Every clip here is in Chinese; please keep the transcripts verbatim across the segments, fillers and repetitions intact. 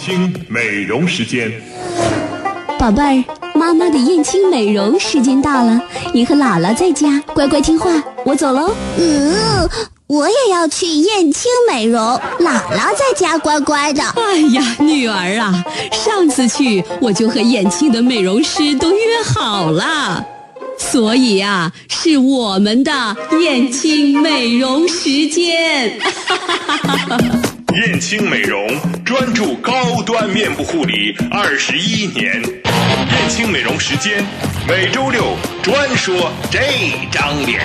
青美容时间。 宝贝儿，妈妈的燕青美容时间到了，你和姥姥在家乖乖听话，我走喽。 嗯，我也要去燕青美容，姥姥在家乖乖的。 哎呀，女儿啊，上次去我就和燕青的美容师都约好了，所以啊，是我们的燕青美容时间。 燕青美容专注高端面部护理二十一年，燕青美容时间每周六专说这张脸。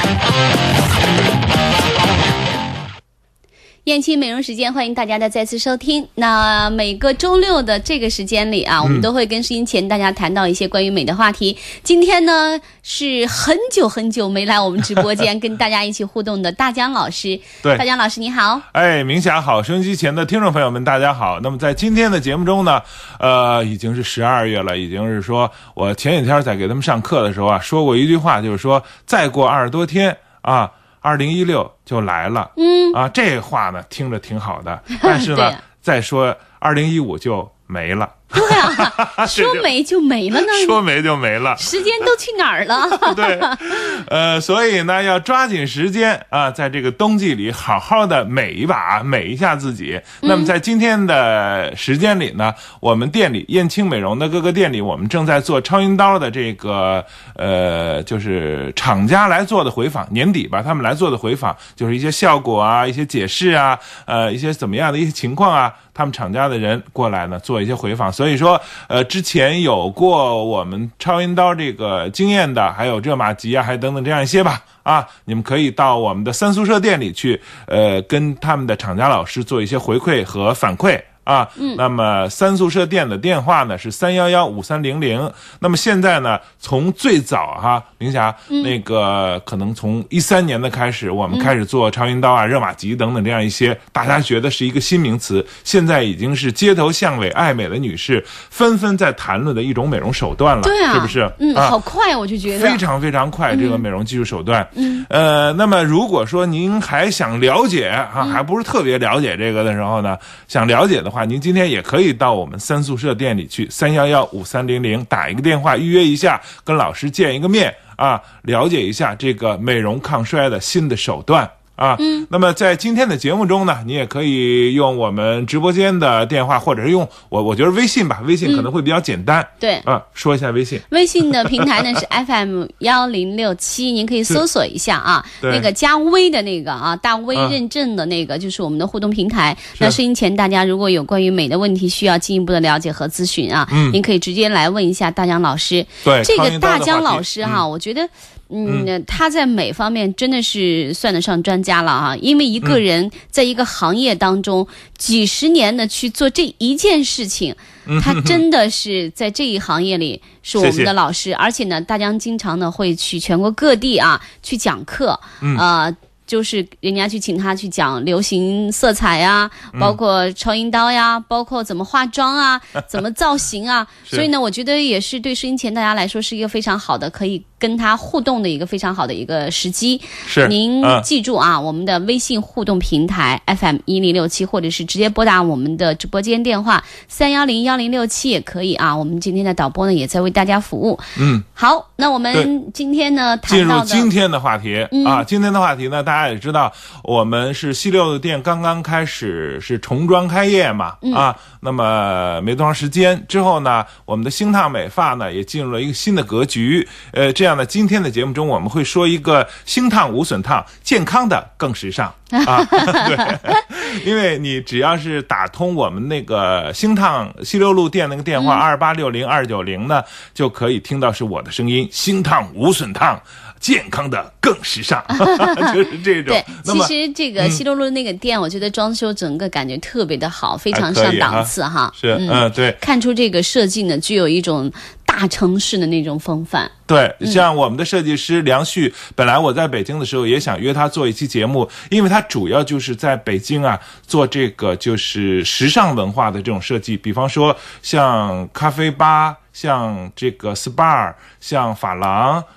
燕青美容时间，欢迎大家的再次收听。那每个周六的这个时间里啊，我们都会跟收音前大家谈到一些关于美的话题。今天呢，是很久很久没来我们直播间跟大家一起互动的大江老师。 对， 大江老师你好。 哎，明霞好，收音机前的听众朋友们大家好。那么在今天的节目中呢，呃，已经是十二月了，已经是说我前几天在给他们上课的时候啊，说过一句话，就是说再过二十多天啊。二零一六就来了，嗯啊，这话呢听着挺好的，但是呢，再说二零一五就没了。 对啊，说没就没了呢， 说没就没了， 时间都去哪儿了？ 对，呃，所以呢，要抓紧时间啊，在这个冬季里好好的美一把，美一下自己。嗯、那么在今天的时间里呢，我们店里燕青美容的各个店里，我们正在做超音刀的这个呃，就是厂家来做的回访，年底吧，他们来做的回访，就是一些效果啊，一些解释啊，呃，一些怎么样的一些情况啊。他们厂家的人过来呢，做一些回访，所以说，呃，之前有过我们超音刀这个经验的，还有热玛吉啊，还等等这样一些吧，啊，你们可以到我们的三宿舍店里去，呃，跟他们的厂家老师做一些回馈和反馈。啊，嗯，那么三宿舍店的电话呢是三幺幺五三零零。那么现在呢，从最早哈，明霞、嗯、那个可能从一三年的开始，我们开始做超音刀啊、热玛吉等等这样一些大家觉得是一个新名词，现在已经是街头巷尾爱美的女士纷纷在谈论的一种美容手段了， 对啊， 是不是？ 嗯， 啊、 好快，我就觉得非常非常快，这个美容技术手段。 嗯， 呃，那么如果说您还想了解啊，还不是特别了解这个的时候呢，想了解的话。您今天也可以到我们三宿舍店里去，三幺幺五三零零打一个电话预约一下，跟老师见一个面啊，了解一下这个美容抗衰的新的手段。啊，嗯，那么在今天的节目中呢，你也可以用我们直播间的电话，或者是用我，我觉得微信吧，微信可能会比较简单。嗯、 对， 啊，说一下微信。 微信的平台呢是 F M 幺零六七，您可以搜索一下啊，那个加微的那个啊，大 V 认证的那个、啊、就是我们的互动平台。那收音前大家如果有关于美的问题需要进一步的了解和咨询啊，嗯，您可以直接来问一下大江老师。 对， 这个大江老师哈、 嗯， 我觉得。嗯，他在美方面真的是算得上专家了啊！因为一个人在一个行业当中、嗯、几十年的去做这一件事情，嗯、他真的是在这一行业里是我们的老师，谢谢。而且呢，大江经常呢会去全国各地啊去讲课，嗯、呃。就是人家去请他去讲流行色彩呀，包括超音刀呀，包括怎么化妆啊，怎么造型啊。所以呢，我觉得也是对收音前大家来说是一个非常好的可以跟他互动的一个非常好的一个时机。 是， 您记住啊，嗯、我们的微信互动平台 F M 一零六七，或者是直接拨打我们的直播间电话三幺零幺零六七也可以啊。我们今天的导播呢也在为大家服务。嗯，好，那我们今天呢谈到的进入今天的话题、嗯、啊，今天的话题呢，大家也知道，我们是西六的店刚刚开始是重装开业嘛，嗯、啊，那么没多长时间之后呢，我们的星烫美发呢也进入了一个新的格局。呃，这样呢，今天的节目中我们会说一个星烫无损烫，健康的更时尚。啊，对，因为你只要是打通我们那个星烫西六路店那个电话二八六零二九零呢，就可以听到是我的声音，星烫无损烫。健康的更时尚，就是这种。 对，其实这个西六路那个店，我觉得装修整个感觉特别的好，非常上档次哈。 是，嗯、呃，对， 看出这个设计呢，具有一种大城市的那种风范。 对，像我们的设计师梁旭，本来我在北京的时候也想约他做一期节目，因为他主要就是在北京啊做这个就是时尚文化的这种设计，比方说像咖啡吧，像这个 S P A， 像发廊，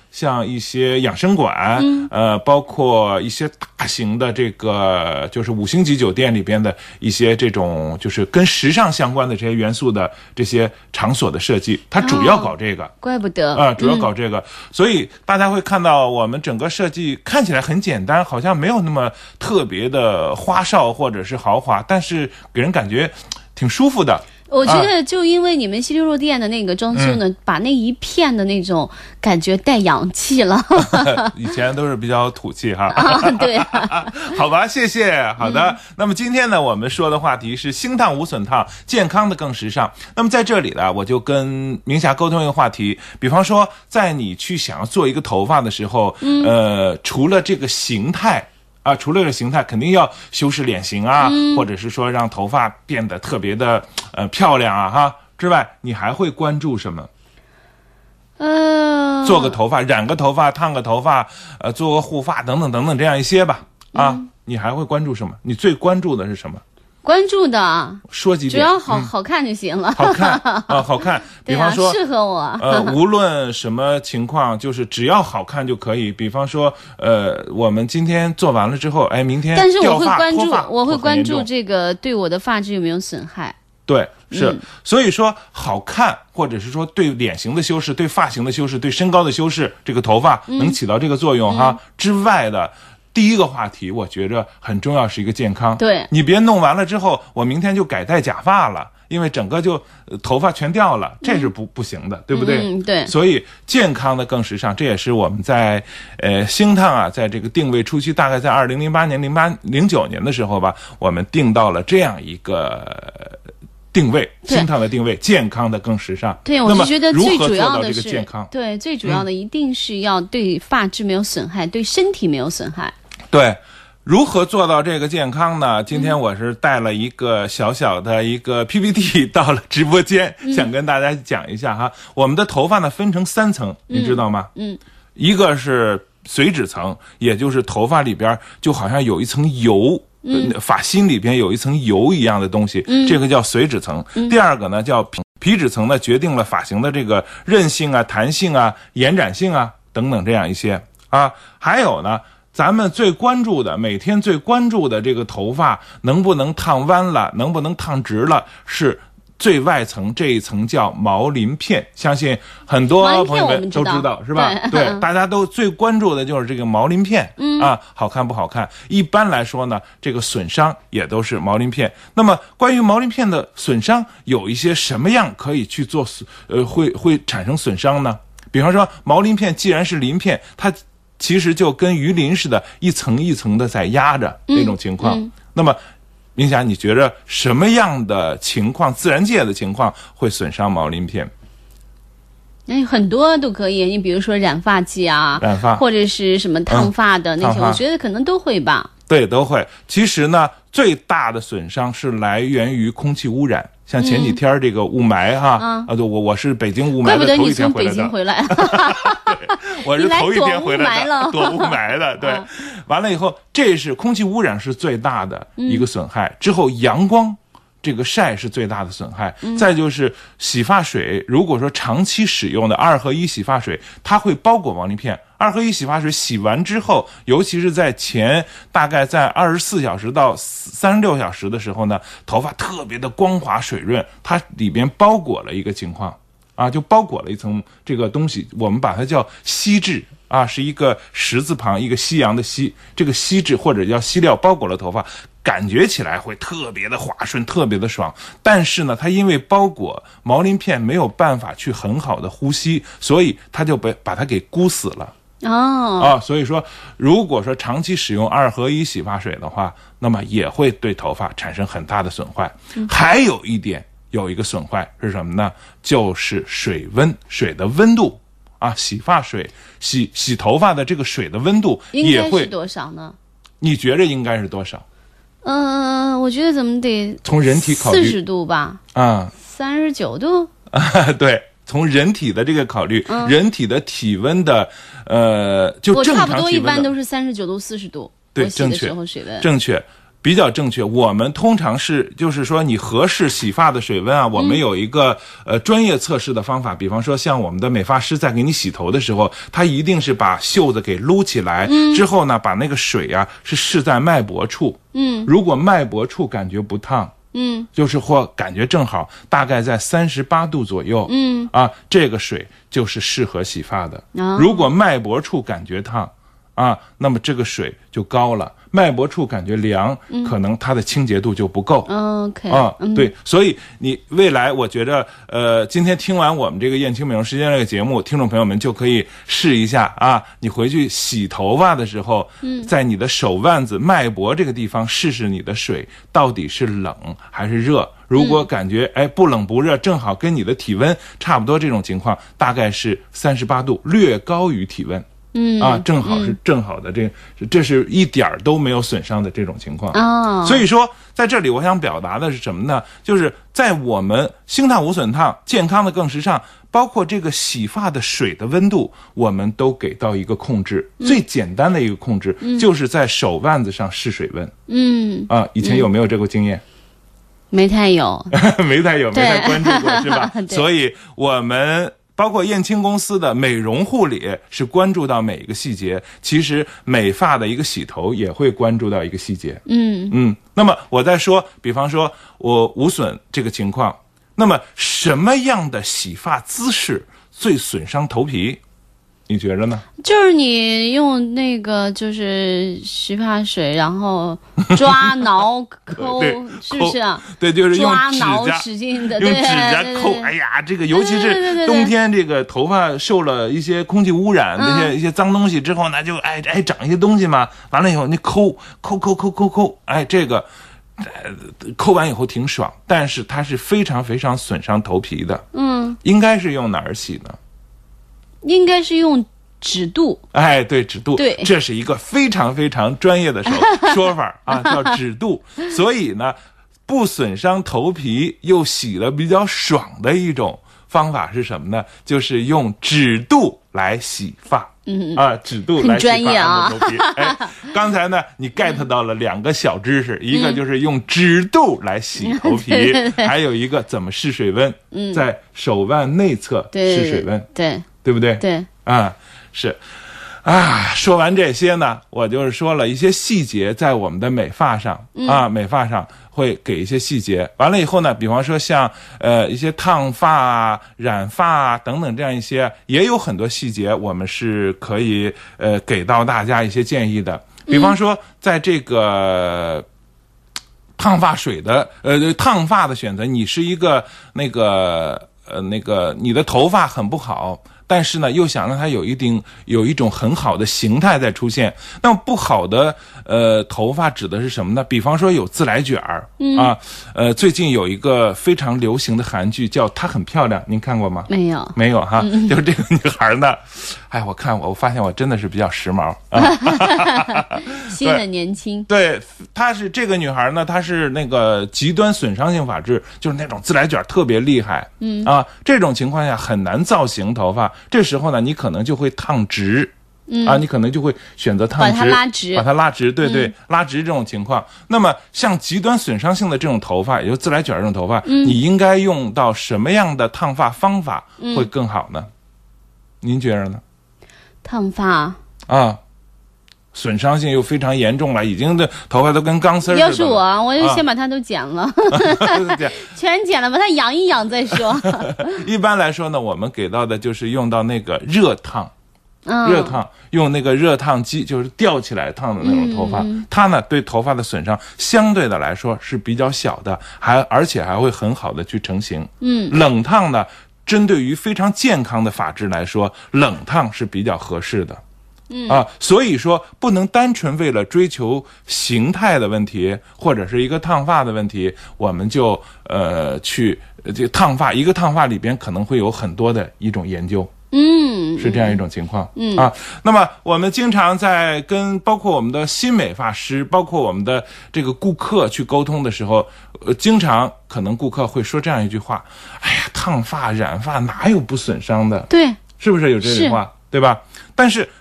像一些养生馆，嗯、呃，包括一些大型的这个就是五星级酒店里边的一些这种就是跟时尚相关的这些元素的这些场所的设计，它主要搞这个。哦、 怪不得啊、呃，主要搞这个、嗯，所以大家会看到我们整个设计看起来很简单，好像没有那么特别的花哨或者是豪华，但是给人感觉挺舒服的。 我觉得就因为你们西六路店的那个装修呢、嗯、把那一片的那种感觉带洋气了以前都是比较土气哈啊，对啊好吧，谢谢。好的、嗯、那么今天呢我们说的话题是星烫无损烫，健康的更时尚。那么在这里呢我就跟明霞沟通一个话题，比方说在你去想要做一个头发的时候、嗯、呃，除了这个形态啊，除了这个形态肯定要修饰脸型啊、嗯、或者是说让头发变得特别的呃漂亮啊哈之外，你还会关注什么？呃，做个头发，染个头发，烫个头发，呃，做个护发等等等等这样一些吧啊、嗯，你还会关注什么？你最关注的是什么？ 关注的说几点， 主要好、嗯、好看就行了。 好看啊，好看。比方说、 啊、适合我。 呃，无论什么情况，就是只要好看就可以。比方说，呃，我们今天做完了之后，哎，明天但是我会关注， 我会关注这个对我的发质有没有损害。 对，是、嗯，所以说好看，或者是说对脸型的修饰、对发型的修饰、对身高的修饰，这个头发能起到这个作用、嗯、哈、嗯、之外的。第一个话题我觉着很重要，是一个健康。 对， 你别弄完了之后我明天就改戴假发了，因为整个就、呃、头发全掉了，这是不、嗯、不行的，对不对？ 嗯，对。 所以健康的更时尚，这也是我们在呃星烫啊，在这个定位初期，大概在二零零八年、零八零九年的时候吧，我们定到了这样一个定位，星烫的定位，健康的更时尚。 对，我就觉得最主要的是健康。 对，最主要的一定是要对发质没有损害、嗯，对身体没有损害。 对，如何做到这个健康呢？今天我是带了一个小小的一个 P P T 到了直播间、嗯、想跟大家讲一下哈。我们的头发呢分成三层，你知道吗？嗯，一个是髓质层，也就是头发里边就好像有一层油，嗯，发芯里边有一层油一样的东西，嗯，这个叫髓质层、嗯、第二个呢叫皮皮质层呢，决定了发型的这个韧性啊、弹性啊、延展性啊等等这样一些啊。还有呢，咱们最关注的，每天最关注的这个头发能不能烫弯了，能不能烫直了，是最外层这一层叫毛鳞片。相信很多朋友们都知道，是吧？对, 对，大家都最关注的就是这个毛鳞片、嗯、啊，好看不好看？一般来说呢，这个损伤也都是毛鳞片。那么关于毛鳞片的损伤，有一些什么样可以去做呃会会产生损伤呢？比方说毛鳞片既然是鳞片，它其实就跟鱼鳞似的，一层一层的在压着这种情况、嗯嗯、那么明霞，你觉着什么样的情况，自然界的情况会损伤毛鳞片？ 哎，很多都可以，你比如说染发剂啊， 染发或者是什么烫发的那些、嗯、我觉得可能都会吧。 对，都会。其实呢，最大的损伤是来源于空气污染，像前几天这个雾霾哈，嗯、啊，对，我我是北京雾霾的头一天回来的。 怪不得你从北京回来， 我是头一天回来的， 躲雾霾的。对、嗯，完了以后，这是空气污染是最大的一个损害。嗯、之后阳光。这个晒是最大的损害、嗯、再就是洗发水，如果说长期使用的二合一洗发水，它会包裹毛鳞片。二合一洗发水洗完之后，尤其是在前大概在二十四小时到三十六小时的时候呢，头发特别的光滑水润，它里边包裹了一个情况啊，就包裹了一层这个东西，我们把它叫锡质啊，是一个十字旁一个西洋的西，这个锡质或者叫锡料包裹了头发，感觉起来会特别的滑顺，特别的爽。但是呢，它因为包裹毛鳞片没有办法去很好的呼吸，所以它就被把它给箍死了。 哦， 啊，所以说，如果说长期使用二合一洗发水的话，那么也会对头发产生很大的损坏。嗯、还有一点，有一个损坏是什么呢？就是水温，水的温度啊，洗发水洗洗头发的这个水的温度也会应该是多少呢？ 你觉着应该是多少？ 嗯、呃，我觉得怎么得从人体考虑四十度吧？ 啊， 三十九度啊，对。从人体的这个考虑、嗯、人体的体温的呃就正常体温的， 我差不多一般都是三十九度四十度， 对， 我洗的时候水温正确。 比较正确。我们通常是就是说你合适洗发的水温啊，我们有一个、嗯、呃专业测试的方法。比方说像我们的美发师在给你洗头的时候，他一定是把袖子给撸起来、嗯、之后呢，把那个水啊是试在脉搏处。嗯，如果脉搏处感觉不烫，嗯，就是或感觉正好，大概在三十八度左右，嗯啊，这个水就是适合洗发的。哦、如果脉搏处感觉烫啊，那么这个水就高了。脉搏处感觉凉、嗯、可能它的清洁度就不够。 哦、OK 啊、 嗯， 对，所以你未来我觉得呃今天听完我们这个燕青美容时间这个节目，听众朋友们就可以试一下啊，你回去洗头发的时候，嗯，在你的手腕子脉搏这个地方试试你的水到底是冷还是热。如果感觉哎不冷不热，正好跟你的体温差不多，这种情况大概是三十八度，略高于体温。嗯啊，正好是正好的，这、嗯、这是一点儿都没有损伤的这种情况哦。所以说，在这里我想表达的是什么呢？就是在我们星烫无损烫、健康的更时尚，包括这个洗发的水的温度，我们都给到一个控制，嗯、最简单的一个控制、嗯，就是在手腕子上试水温。嗯啊，以前有没有这个经验？ 没太有， 没太有，没太关注过，是吧？所以我们。包括燕青公司的美容护理是关注到每一个细节，其实美发的一个洗头也会关注到一个细节。嗯嗯，那么我再说，比方说我无损这个情况，那么什么样的洗发姿势最损伤头皮？你觉着呢？ 就是你用那个就是洗发水，然后抓挠抠，是不是啊？ 对，就是用抓挠指甲使劲的， 用指甲抠。哎呀，这个尤其是冬天，这个头发受了一些空气污染，这些、嗯、一些脏东西之后呢，就哎哎长一些东西嘛。完了以后，你抠抠抠抠抠抠，哎，这个。呃，抠完以后挺爽，但是它是非常非常损伤头皮的。嗯，应该是用哪儿洗呢？ 应该是用指肚。 哎，对，指肚。 对， 这是一个非常非常专业的手说法啊，叫指肚。所以呢，不损伤头皮又洗得比较爽的一种方法是什么呢？就是用指肚来洗发。嗯啊，指肚来洗发头皮。啊、哎，刚才呢，你 get 到了两个小知识，一个就是用指肚来洗头皮，嗯、对对对，还有一个怎么试水温，嗯、在手腕内侧试水温， 对，对， 对不对？ 对， 啊，是。啊，说完这些呢，我就是说了一些细节，在我们的美发上啊，美发上会给一些细节。完了以后呢，比方说像呃一些烫发啊、染发啊等等这样一些，也有很多细节，我们是可以呃给到大家一些建议的。比方说，在这个烫发水的呃烫发的选择，你是一个那个呃那个你的头发很不好。但是呢，又想让它有一定有一种很好的形态在出现。那么不好的呃头发指的是什么呢？比方说有自来卷儿、嗯、啊，呃，最近有一个非常流行的韩剧叫《她很漂亮》，您看过吗？ 没有， 没有哈。嗯、就是这个女孩呢，哎，我看我我发现我真的是比较时髦啊， 新的年轻。 对，她是这个女孩呢，她是那个极端损伤性发质，就是那种自来卷特别厉害。嗯啊，这种情况下很难造型头发。这时候呢，你可能就会烫直，嗯、啊，你可能就会选择烫直， 把它拉直， 把它拉直，对对，嗯、拉直这种情况。那么像极端损伤性的这种头发，也就自来卷这种头发，嗯、你应该用到什么样的烫发方法会更好呢？嗯、您觉得呢？ 烫发啊，损伤性又非常严重了，已经的头发都跟钢丝似的。 要是我，我就先把它都剪了，啊、全剪了，把它养一养再说。 一般来说呢，我们给到的就是用到那个热烫，嗯、热烫，用那个热烫机，就是吊起来烫的那种头发，嗯、它呢对头发的损伤相对的来说是比较小的，还而且还会很好的去成型。嗯，冷烫呢，针对于非常健康的发质来说，冷烫是比较合适的。嗯啊，所以说不能单纯为了追求形态的问题，或者是一个烫发的问题，我们就呃去这烫发，一个烫发里边可能会有很多的一种研究。嗯，是这样一种情况。嗯啊，那么我们经常在跟包括我们的新美发师，包括我们的这个顾客去沟通的时候，呃，经常可能顾客会说这样一句话：“哎呀，烫发染发哪有不损伤的？” 对， 是不是有这句话？对吧？但是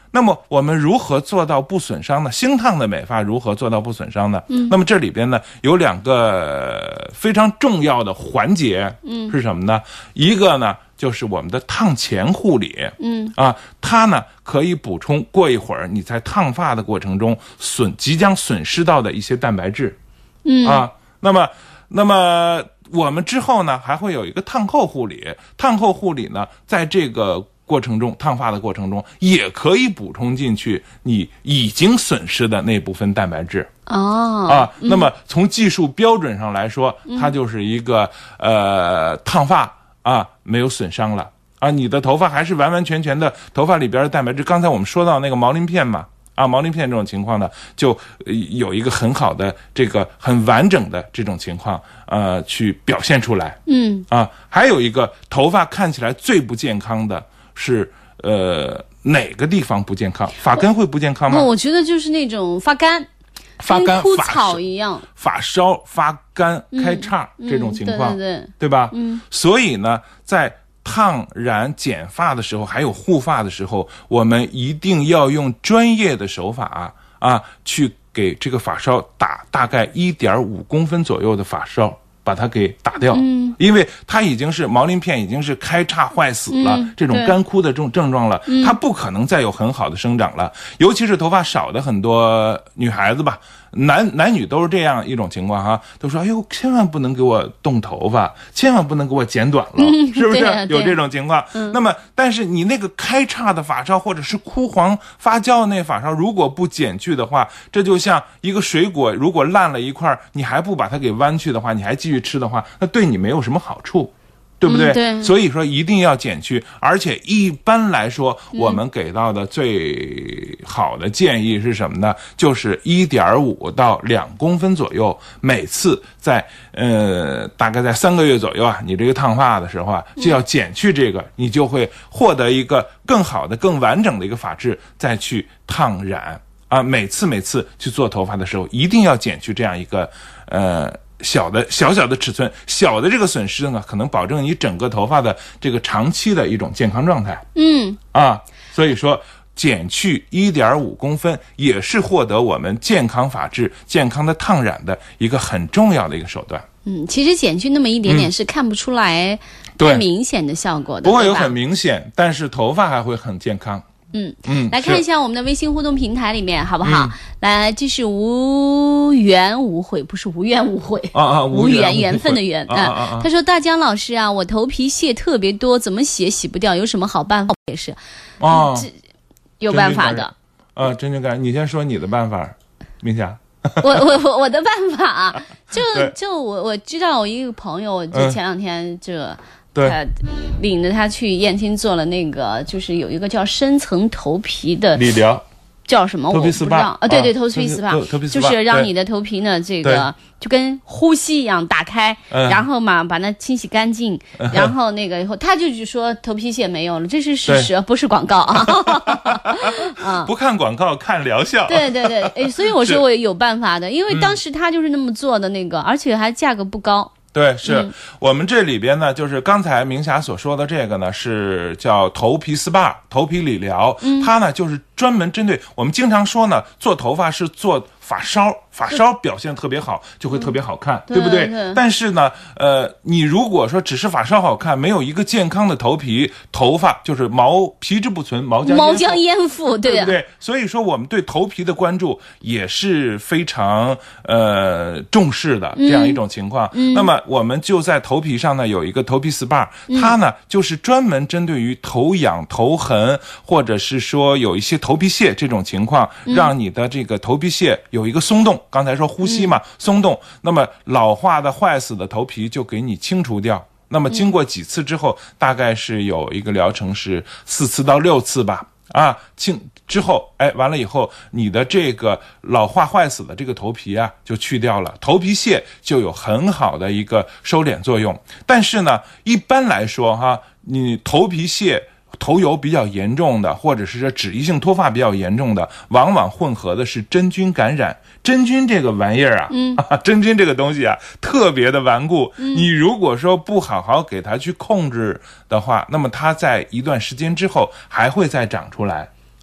那么我们如何做到不损伤呢？星烫的美发如何做到不损伤呢？嗯，那么这里边呢有两个非常重要的环节，嗯，是什么呢？一个呢就是我们的烫前护理，嗯啊，它呢可以补充过一会儿你在烫发的过程中损即将损失到的一些蛋白质，嗯啊，那么那么我们之后呢还会有一个烫后护理，烫后护理呢在这个过程中，烫发的过程中也可以补充进去你已经损失的那部分蛋白质。 哦， 啊，那么从技术标准上来说，嗯、它就是一个呃烫发啊没有损伤了啊，你的头发还是完完全全的头发里边的蛋白质。刚才我们说到那个毛鳞片嘛，啊，毛鳞片这种情况呢，就有一个很好的这个很完整的这种情况，呃，去表现出来。嗯，啊，还有一个头发看起来最不健康的。是呃哪个地方不健康？发根会不健康吗？ 我觉得就是那种发干， 发干、 枯草一样， 发烧、发干、开叉、嗯、这种情况， 嗯、对对对， 对吧？嗯，所以呢，在烫染剪发的时候，还有护发的时候，我们一定要用专业的手法啊，去给这个发梢打大概一点五公分左右的发梢。把它给打掉，嗯，因为它已经是毛鳞片已经是开叉坏死了，嗯、这种干枯的这种症状了，嗯、它不可能再有很好的生长了。尤其是头发少的很多女孩子吧，男男女都是这样一种情况哈，都说哎呦，千万不能给我动头发，千万不能给我剪短了，嗯、是不是、啊、有这种情况？嗯、那么，但是你那个开叉的发梢或者是枯黄发酵的那发梢，如果不剪去的话，这就像一个水果，如果烂了一块，你还不把它给弯去的话，你还继续吃的话，那对你没有什么好处，对不对？嗯、对。所以说一定要剪去，而且一般来说，嗯、我们给到的最好的建议是什么呢？就是一点五到两公分左右，每次在呃大概在三个月左右啊，你这个烫发的时候啊，就要剪去这个，嗯、你就会获得一个更好的、更完整的一个发质，再去烫染啊。每次每次去做头发的时候，一定要剪去这样一个呃。小的小小的尺寸，小的这个损失呢，可能保证你整个头发的这个长期的一种健康状态。嗯啊，所以说减去一点五公分也是获得我们健康发质、健康的烫染的一个很重要的一个手段。 嗯，其实减去那么一点点是看不出来太明显的效果的， 不会有很明显，但是头发还会很健康。 嗯嗯，来看一下我们的微信互动平台里面好不好？嗯、来，这是无缘无悔，不是无缘无悔啊啊， 无缘缘分的缘啊啊啊啊！ 他说：“大江老师啊，我头皮屑特别多，怎么洗洗不掉？有什么好办法？”也是啊、 嗯，有办法的。 啊，真菌感，你先说你的办法，明霞。 我我我我的办法啊，就就我我知道我一个朋友，就前两天这。嗯他领着他去燕青做了那个，就是有一个叫深层头皮的理疗， 叫什么我不知道啊？对对，头皮 S P A， 就是让你的头皮呢，这个就跟呼吸一样打开，然后嘛把它清洗干净，然后那个以后他就说头皮屑没有了，这是事实，不是广告啊。 啊，不看广告看疗效。 对对对，哎，所以我说我有办法的，因为当时他就是那么做的那个，而且还价格不高。 对，是、嗯、我们这里边呢，就是刚才明霞所说的这个呢，是叫头皮 S P A 头皮理疗，嗯、它呢就是专门针对我们经常说呢，做头发是做发梢，发梢表现特别好，就会特别好看，嗯、对不对？对。但是呢，呃，你如果说只是发梢好看，没有一个健康的头皮，头发就是毛皮质不存，毛浆毛浆淹腹，对、啊、 对不对？所以说，我们对头皮的关注也是非常呃重视的这样一种情况。嗯、那么我们就在头皮上呢有一个头皮 S P A， 它呢就是专门针对于头痒、头痕，或者是说有一些头皮屑这种情况，让你的这个头皮屑有一个松动。刚才说呼吸嘛，松动，那么老化的坏死的头皮就给你清除掉。那么经过几次之后，大概是有一个疗程是四次到六次吧。啊，清之后，哎，完了以后，你的这个老化坏死的这个头皮啊，就去掉了，头皮屑就有很好的一个收敛作用。但是呢，一般来说哈，你头皮屑、头油比较严重的，或者是说脂溢性脱发比较严重的，往往混合的是真菌感染。真菌这个玩意儿啊，嗯啊，真菌这个东西啊，特别的顽固。嗯、你如果说不好好给它去控制的话，那么它在一段时间之后还会再长出来。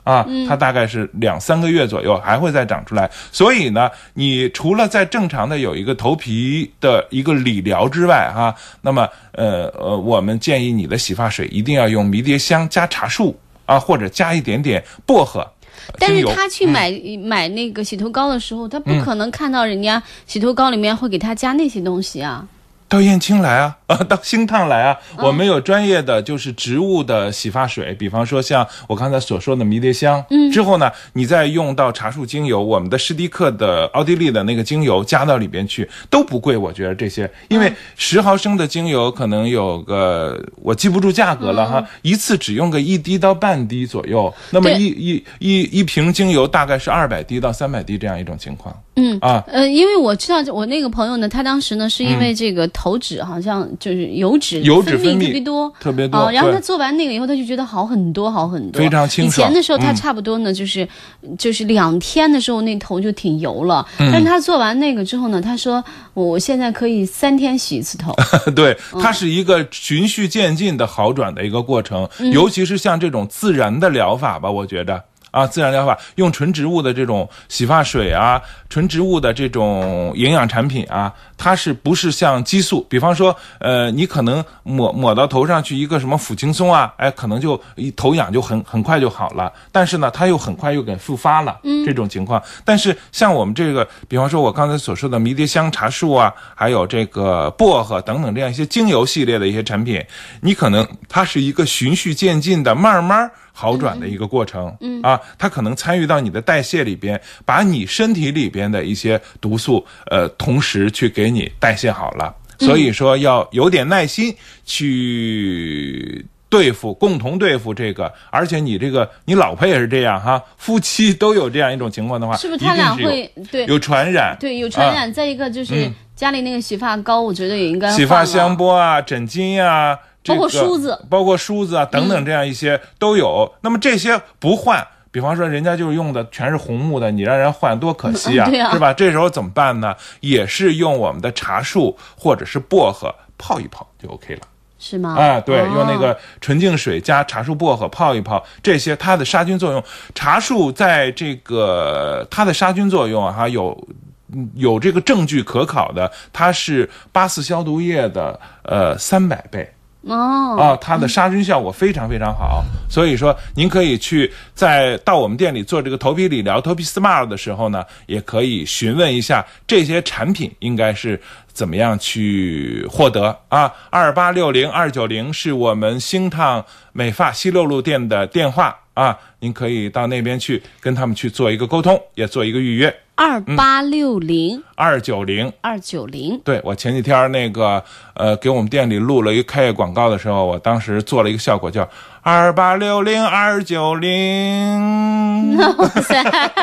啊，它大概是两三个月左右还会再长出来。所以呢，你除了在正常的有一个头皮的一个理疗之外哈、啊，那么呃呃，我们建议你的洗发水一定要用迷迭香加茶树啊，或者加一点点薄荷。 但是他去买、嗯、买那个洗头膏的时候，他不可能看到人家洗头膏里面会给他加那些东西啊。 到燕青来啊，啊，到星烫来啊，我们有专业的就是植物的洗发水，比方说像我刚才所说的迷迭香，嗯，之后呢，你再用到茶树精油，我们的施迪克的奥地利的那个精油加到里边去都不贵，我觉得这些，因为十毫升的精油可能有个我记不住价格了哈，嗯、一次只用个一滴到半滴左右，那么一一一一瓶精油大概是二百滴到三百滴这样一种情况。 嗯啊，呃，因为我知道我那个朋友呢，他当时呢是因为这个头脂好像就是油脂油脂分泌特别多， 特别多、 啊，然后他做完那个以后，他就觉得好很多，好很多， 非常清爽。 以前的时候他差不多呢，就是、嗯、就是两天的时候那头就挺油了， 嗯、 但是他做完那个之后呢，他说我现在可以三天洗一次头。 对，它是一个循序渐进的好转的一个过程，嗯、尤其是像这种自然的疗法吧，我觉得。啊，自然疗法用纯植物的这种洗发水啊，纯植物的这种营养产品啊，它是不是像激素？比方说，呃，你可能抹抹到头上去一个什么抚轻松啊，哎，可能就一头痒就很很快就好了。但是呢，它又很快又给复发了，嗯，这种情况。但是像我们这个，比方说我刚才所说的迷迭香茶树啊，还有这个薄荷等等这样一些精油系列的一些产品，你可能它是一个循序渐进的，慢慢好转的一个过程，嗯啊，它可能参与到你的代谢里边，把你身体里边的一些毒素，呃，同时去给你代谢好了。所以说要有点耐心去对付，共同对付这个。而且你这个你老婆也是这样哈，夫妻都有这样一种情况的话， 是不是他俩会对有传染？ 对，有传染。啊、再一个就是家里那个洗发膏，我觉得也应该换了洗发香波啊、枕巾啊。 包括梳子， 包括梳子啊等等，这样一些都有。嗯、那么这些不换，比方说人家就是用的全是红木的，你让人换多可惜啊， 嗯啊是吧？这时候怎么办呢？也是用我们的茶树或者是薄荷泡一泡就 OK 了。 是吗？ 啊，对， 哦、 用那个纯净水加茶树薄荷泡一泡，这些它的杀菌作用，茶树在这个它的杀菌作用啊，有。有这个证据可考的，它是八四消毒液的呃三百倍哦啊，它的杀菌效果非常非常好。所以说，您可以去在到我们店里做这个头皮理疗、头皮 S M A R T 的时候呢，也可以询问一下这些产品应该是怎么样去获得啊。二八六零二九零是我们星烫美发西六路店的电话啊，您可以到那边去跟他们去做一个沟通，也做一个预约。 二八六零二九零二九零， 对，我前几天那个呃给我们店里录了一个开业广告的时候，我当时做了一个效果叫二八六零二九零， 哇塞，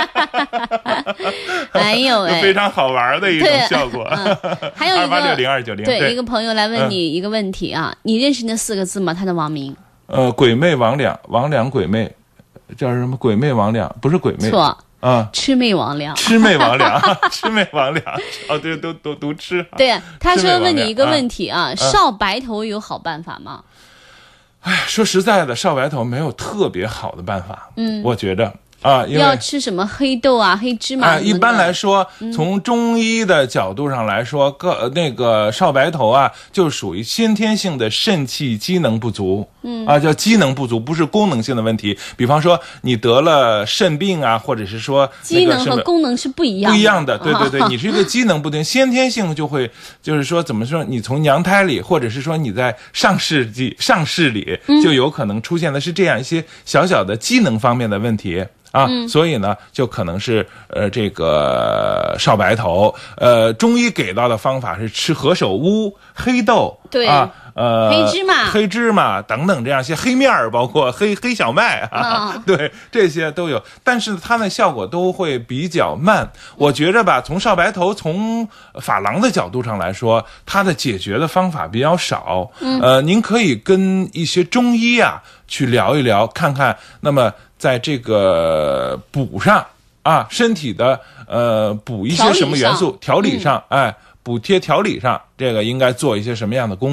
哎呦哎， 非常好玩的一种效果。 嗯、还有一个二八六零二九零， 对，一个朋友来问你一个问题啊，嗯、你认识那四个字吗？他的网名？ 呃，鬼魅魍魉，魍魉鬼魅，叫什么？鬼魅魍魉，不是鬼魅， 错。 啊， 魑魅魍魉， 魑魅魍魉，魑魅魍魉，哦，对，都都读吃。 对呀，他说问你一个问题啊，少白头有好办法吗？ 哎，说实在的，少白头没有特别好的办法，嗯，我觉得。啊，因为要吃什么黑豆啊、黑芝麻、 啊？一般来说，嗯、从中医的角度上来说，个那个少白头啊，就属于先天性的肾气机能不足，嗯啊，叫机能不足，不是功能性的问题。比方说，你得了肾病啊，或者是说、那个、 机能和功能是不一样的， 不一样的，对对对，你是一个机能不对，先天性就会就是说怎么说，你从娘胎里，或者是说你在上世纪上世里，就有可能出现的是这样一些小小的机能方面的问题。啊，嗯、所以呢，就可能是呃这个少白头，呃，中医给到的方法是吃何首乌、黑豆， 对啊，呃， 黑芝麻、 黑芝麻等等这样一些黑面儿，包括黑黑小麦啊，哦、对，这些都有，但是它的效果都会比较慢。我觉着吧，从少白头从发廊的角度上来说，它的解决的方法比较少。嗯、呃，您可以跟一些中医啊去聊一聊，看看那么。在这个补上啊，身体的呃补一些什么元素，调理上，哎，补贴调理上，这个应该做一些什么样的工作？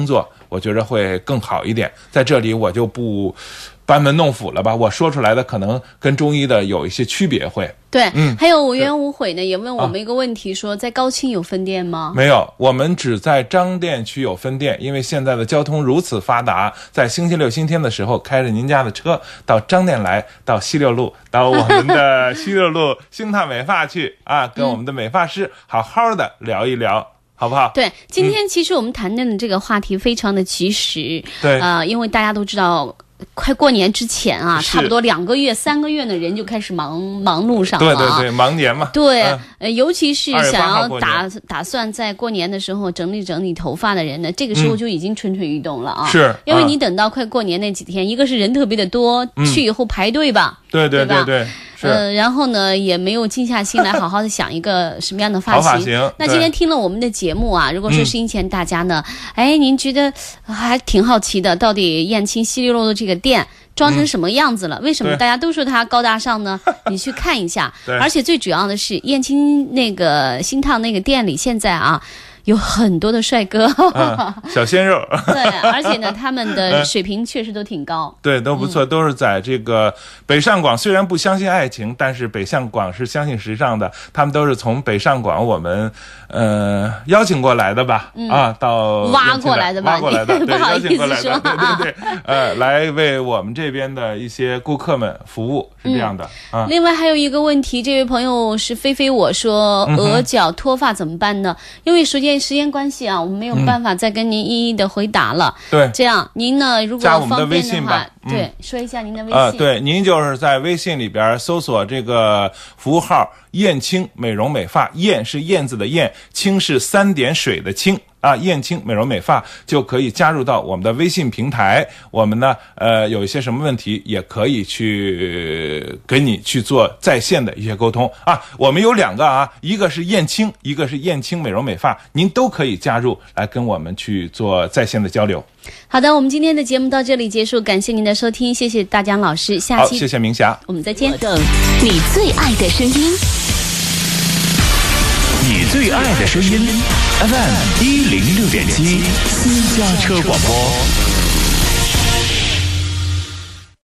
我觉得会更好一点。在这里我就不班门弄斧了吧，我说出来的可能跟中医的有一些区别会。 对， 嗯， 还有无冤无悔呢，也问我们一个问题说，说、啊、在高清有分店吗？ 没有，我们只在张店区有分店，因为现在的交通如此发达，在星期六、星期天的时候，开着您家的车到张店来，到西六路，到我们的西六路星探美发去啊，跟我们的美发师好好的聊一聊。好不好？ 对，今天其实我们谈论的这个话题非常的及时， 对， 呃，因为大家都知道。快过年之前啊，差不多两个月、三个月的人就开始忙忙碌上了、 啊。对对对，忙年嘛。 对， 嗯、 呃，尤其是想要打打算在过年的时候整理整理头发的人呢，这个时候就已经蠢蠢欲动了啊。 是、嗯， 因为你等到快过年那几天，一个是人特别的多， 嗯、 去以后排队吧。 对对对对, 对, 对呃，然后呢，也没有静下心来好好的想一个什么样的发型。 发型那今天听了我们的节目啊，如果说收音前大家呢，嗯、哎，您觉得还挺好奇的，到底燕青西六路的这个店装成什么样子了？嗯、为什么大家都说它高大上呢？你去看一下。而且最主要的是，燕青那个新烫那个店里现在啊。有很多的帅哥、 嗯、小鲜肉对，而且呢他们的水平确实都挺高， 对，都不错、嗯、都是在这个北上广，虽然不相信爱情，但是北上广是相信时尚的，他们都是从北上广我们呃邀请过来的吧、嗯、啊，到挖过来的吧， 挖过来的，对， 不好意思说， 邀请过来的，对对对呃来为我们这边的一些顾客们服务，是这样的、 嗯、啊。另外还有一个问题，这位朋友是菲菲我说额角脱发怎么办呢、嗯、因为时间时间关系啊，我们没有办法再跟您一一的回答了。 对、嗯， 这样您呢，如果方便的话， 嗯、 对，说一下您的微信。 呃，对，您就是在微信里边搜索这个服务号“燕青美容美发”，燕是燕字的燕，青是三点水的青。啊，燕青美容美发就可以加入到我们的微信平台。我们呢，呃，有一些什么问题也可以去给你去做在线的一些沟通啊。我们有两个啊，一个是燕青，一个是燕青美容美发，您都可以加入来跟我们去做在线的交流。 好的，我们今天的节目到这里结束，感谢您的收听，谢谢大江老师，下期好，谢谢明霞， 我们再见。 你最爱的声音。 你最爱的声音 F M 一零六点七私家车广播。